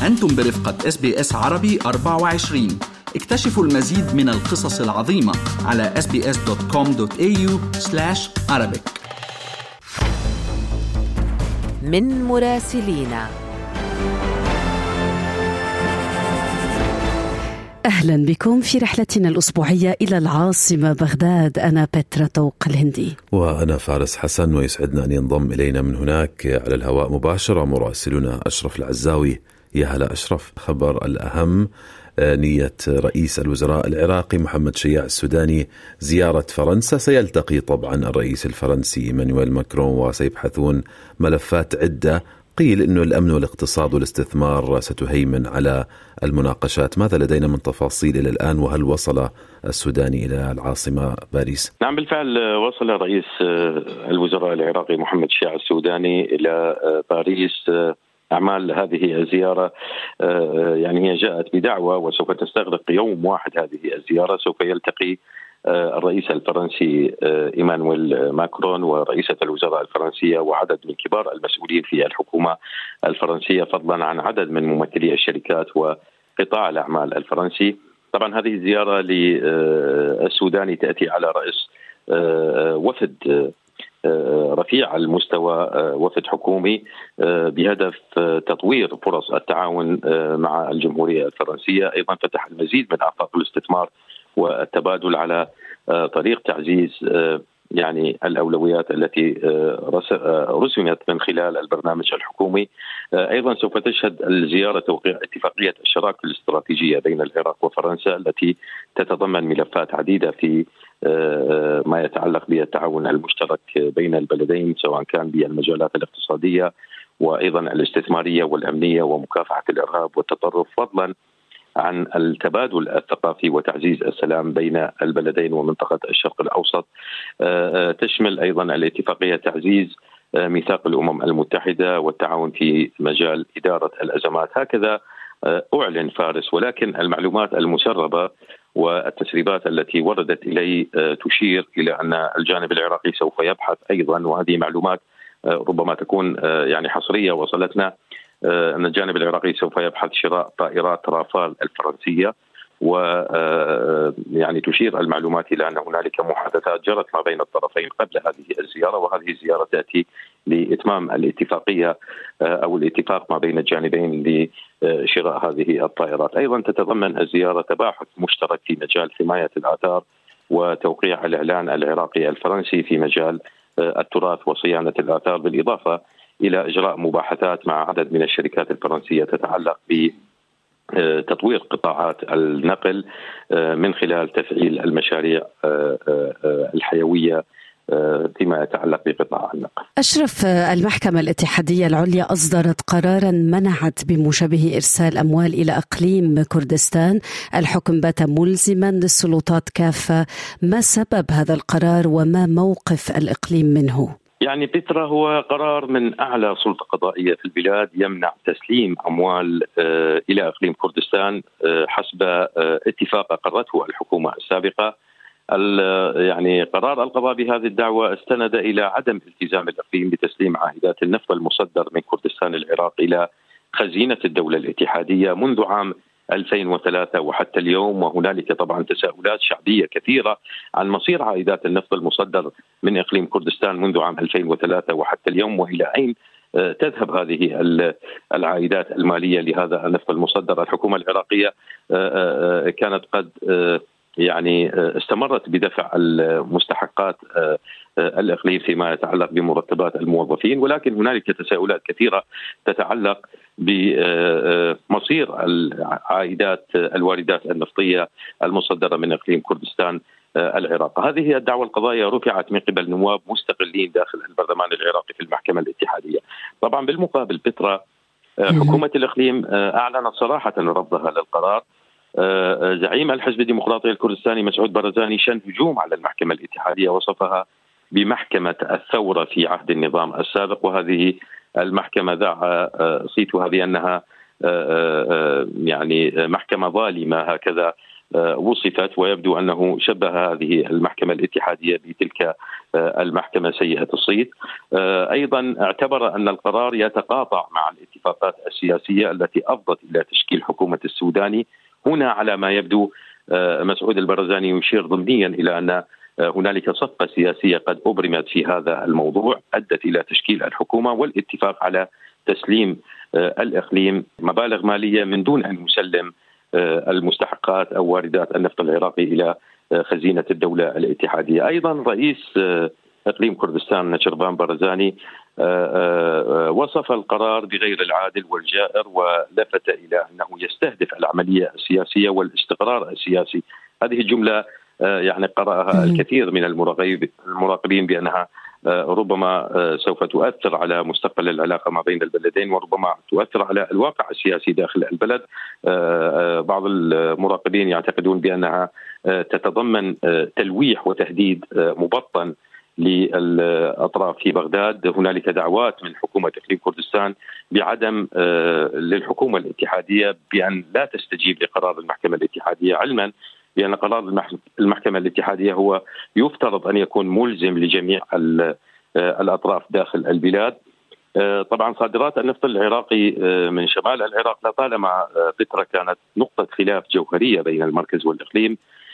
أنتم برفقة SBS عربي 24. اكتشفوا المزيد من القصص العظيمة على sbs.com.au/arabic. من مراسلينا. أهلا بكم في رحلتنا الأسبوعية إلى العاصمة بغداد. أنا بترا طوق الهندي وأنا فارس حسن، ويسعدنا أن ينضم إلينا من هناك على الهواء مباشرة مراسلنا أشرف العزاوي. يا هلا أشرف، خبر الأهم نية رئيس الوزراء العراقي محمد شياع السوداني زيارة فرنسا. سيلتقي طبعا الرئيس الفرنسي إيمانويل ماكرون وسيبحثون ملفات عدة. قيل إنه الأمن والاقتصاد والاستثمار ستهيمن على المناقشات. ماذا لدينا من تفاصيل إلى الآن، وهل وصل السوداني إلى العاصمة باريس؟ نعم بالفعل وصل رئيس الوزراء العراقي محمد شياع السوداني إلى باريس. أعمال هذه الزيارة يعني هي جاءت بدعوة وسوف تستغرق يوم واحد. هذه الزيارة سوف يلتقي الرئيس الفرنسي إيمانويل ماكرون ورئيسة الوزراء الفرنسية وعدد من كبار المسؤولين في الحكومة الفرنسية، فضلا عن عدد من ممثلي الشركات وقطاع الأعمال الفرنسي. طبعا هذه الزيارة للسوداني تأتي على رأس وفد رفيع المستوى، وفد حكومي بهدف تطوير فرص التعاون مع الجمهورية الفرنسية. أيضا فتح المزيد من آفاق الاستثمار والتبادل على طريق تعزيز يعني الأولويات التي رسمت من خلال البرنامج الحكومي. أيضا سوف تشهد الزيارة توقيع اتفاقية الشراكة الاستراتيجية بين العراق وفرنسا التي تتضمن ملفات عديدة في ما يتعلق بالتعاون المشترك بين البلدين، سواء كان بالمجالات الاقتصادية وأيضا الاستثمارية والأمنية ومكافحة الإرهاب والتطرف، فضلا عن التبادل الثقافي وتعزيز السلام بين البلدين ومنطقة الشرق الأوسط. تشمل أيضا الاتفاقية تعزيز ميثاق الأمم المتحدة والتعاون في مجال إدارة الأزمات. هكذا أعلن فارس، ولكن المعلومات المسربة والتسريبات التي وردت إلي تشير إلى أن الجانب العراقي سوف يبحث أيضا، وهذه معلومات ربما تكون يعني حصرية وصلتنا، أن الجانب العراقي سوف يبحث شراء طائرات رافال الفرنسية. ويعني تشير المعلومات إلى أن هنالك محادثات جرت ما بين الطرفين قبل هذه الزيارة، وهذه الزيارة تأتي لإتمام الاتفاقية أو الاتفاق ما بين الجانبين لشراء هذه الطائرات. أيضا تتضمن الزيارة تباحث مشترك في مجال حماية الآثار وتوقيع الإعلان العراقي الفرنسي في مجال التراث وصيانة الآثار، بالإضافة إلى إجراء مباحثات مع عدد من الشركات الفرنسية تتعلق بتطوير قطاعات النقل من خلال تفعيل المشاريع الحيوية فيما يتعلق بقطاع النقل. أشرف، المحكمة الاتحادية العليا أصدرت قرارا منعت بموجبه إرسال أموال إلى إقليم كردستان. الحكم بات ملزما للسلطات كافة. ما سبب هذا القرار وما موقف الإقليم منه؟ يعني بترا هو قرار من أعلى سلطة قضائية في البلاد يمنع تسليم أموال إلى إقليم كردستان حسب اتفاق أقرته الحكومة السابقة. يعني قرار القضاء بهذه الدعوة استند إلى عدم التزام الإقليم بتسليم عائدات النفط المصدر من كردستان العراق إلى خزينة الدولة الاتحادية منذ عام 2003 وحتى اليوم. وهنالك طبعا تساؤلات شعبية كثيرة عن مصير عائدات النفط المصدر من إقليم كردستان منذ عام 2003 وحتى اليوم، وإلى أين تذهب هذه العائدات المالية لهذا النفط المصدر. الحكومة العراقية كانت قد يعني استمرت بدفع المستحقات الإقليم فيما يتعلق بمرتبات الموظفين، ولكن هنالك تساؤلات كثيرة تتعلق بمصير العائدات الواردات النفطية المصدرة من إقليم كردستان العراق. هذه هي الدعوة القضائية رفعت من قبل نواب مستقلين داخل البرلمان العراقي في المحكمة الاتحادية. طبعا بالمقابل بترا حكومة الإقليم أعلنت صراحة رفضها للقرار. زعيم الحزب الديمقراطي الكردستاني مسعود برزاني شن هجوم على المحكمة الاتحادية، وصفها بمحكمة الثورة في عهد النظام السابق، وهذه المحكمة ذاع صيتها بأنها يعني محكمة ظالمة، هكذا وصفت، ويبدو أنه شبه هذه المحكمة الاتحادية بتلك المحكمة سيئة الصيت. أيضا اعتبر أن القرار يتقاطع مع الاتفاقات السياسية التي أفضت إلى تشكيل حكومة السوداني. هنا على ما يبدو مسعود البرزاني يشير ضمنيا إلى أن هنالك صفقة سياسية قد أبرمت في هذا الموضوع أدت إلى تشكيل الحكومة والاتفاق على تسليم الإقليم مبالغ مالية من دون أن يسلم المستحقات أو واردات النفط العراقي إلى خزينة الدولة الاتحادية. أيضا رئيس إقليم كردستان نشربان برزاني وصف القرار بغير العادل والجائر، ولفت إلى أنه يستهدف العملية السياسية والاستقرار السياسي. هذه الجملة يعني قرأها الكثير من المراقبين بأنها ربما سوف تؤثر على مستقبل العلاقة ما بين البلدين، وربما تؤثر على الواقع السياسي داخل البلد. بعض المراقبين يعتقدون بأنها تتضمن تلويح وتهديد مبطن للأطراف في بغداد. هنالك دعوات من حكومة إقليم كردستان بعدم للحكومة الاتحادية بأن لا تستجيب لقرار المحكمة الاتحادية، علما بأن قرار المحكمة الاتحادية هو يفترض أن يكون ملزم لجميع الأطراف داخل البلاد. طبعا صادرات النفط العراقي من شمال العراق لطالما فترة كانت نقطة خلاف جوهرية بين المركز والإقليم.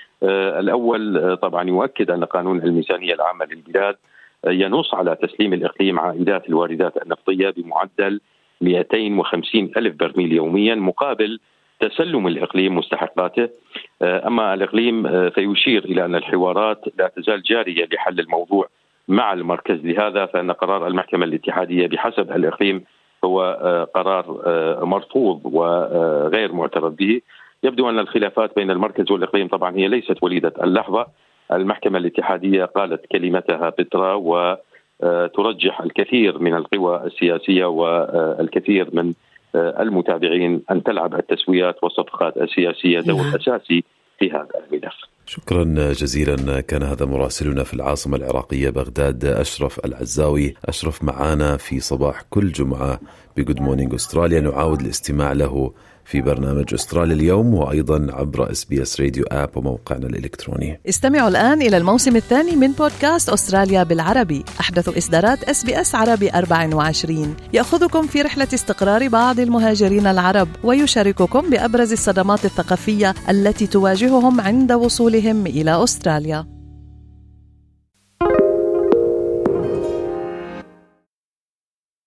الأول طبعا يؤكد أن قانون الميزانية العامة للبلاد ينص على تسليم الإقليم عائدات الواردات النفطية بمعدل 250 ألف برميل يوميا مقابل تسلم الإقليم مستحقاته. أما الإقليم فيشير إلى أن الحوارات لا تزال جارية لحل الموضوع مع المركز، لهذا فإن قرار المحكمة الاتحادية بحسب الإقليم هو قرار مرفوض وغير معترف به. يبدو أن الخلافات بين المركز والإقليم طبعا هي ليست وليدة اللحظة. المحكمة الاتحادية قالت كلمتها فترة وترجح الكثير من القوى السياسية والكثير من المتابعين أن تلعب التسويات والصفقات السياسية دور أساسي في هذا الملف. شكرا جزيلا. كان هذا مراسلنا في العاصمة العراقية بغداد أشرف العزاوي. أشرف معانا في صباح كل جمعة بجود مورنينج أستراليا، نعاود الاستماع له في برنامج أستراليا اليوم وأيضا عبر SBS راديو آب وموقعنا الإلكتروني. استمعوا الآن إلى الموسم الثاني من بودكاست أستراليا بالعربي، أحدث إصدارات SBS عربي 24 يأخذكم في رحلة استقرار بعض المهاجرين العرب ويشارككم بأبرز الصدمات الثقافية التي تواجههم عند وصولهم إلى أستراليا.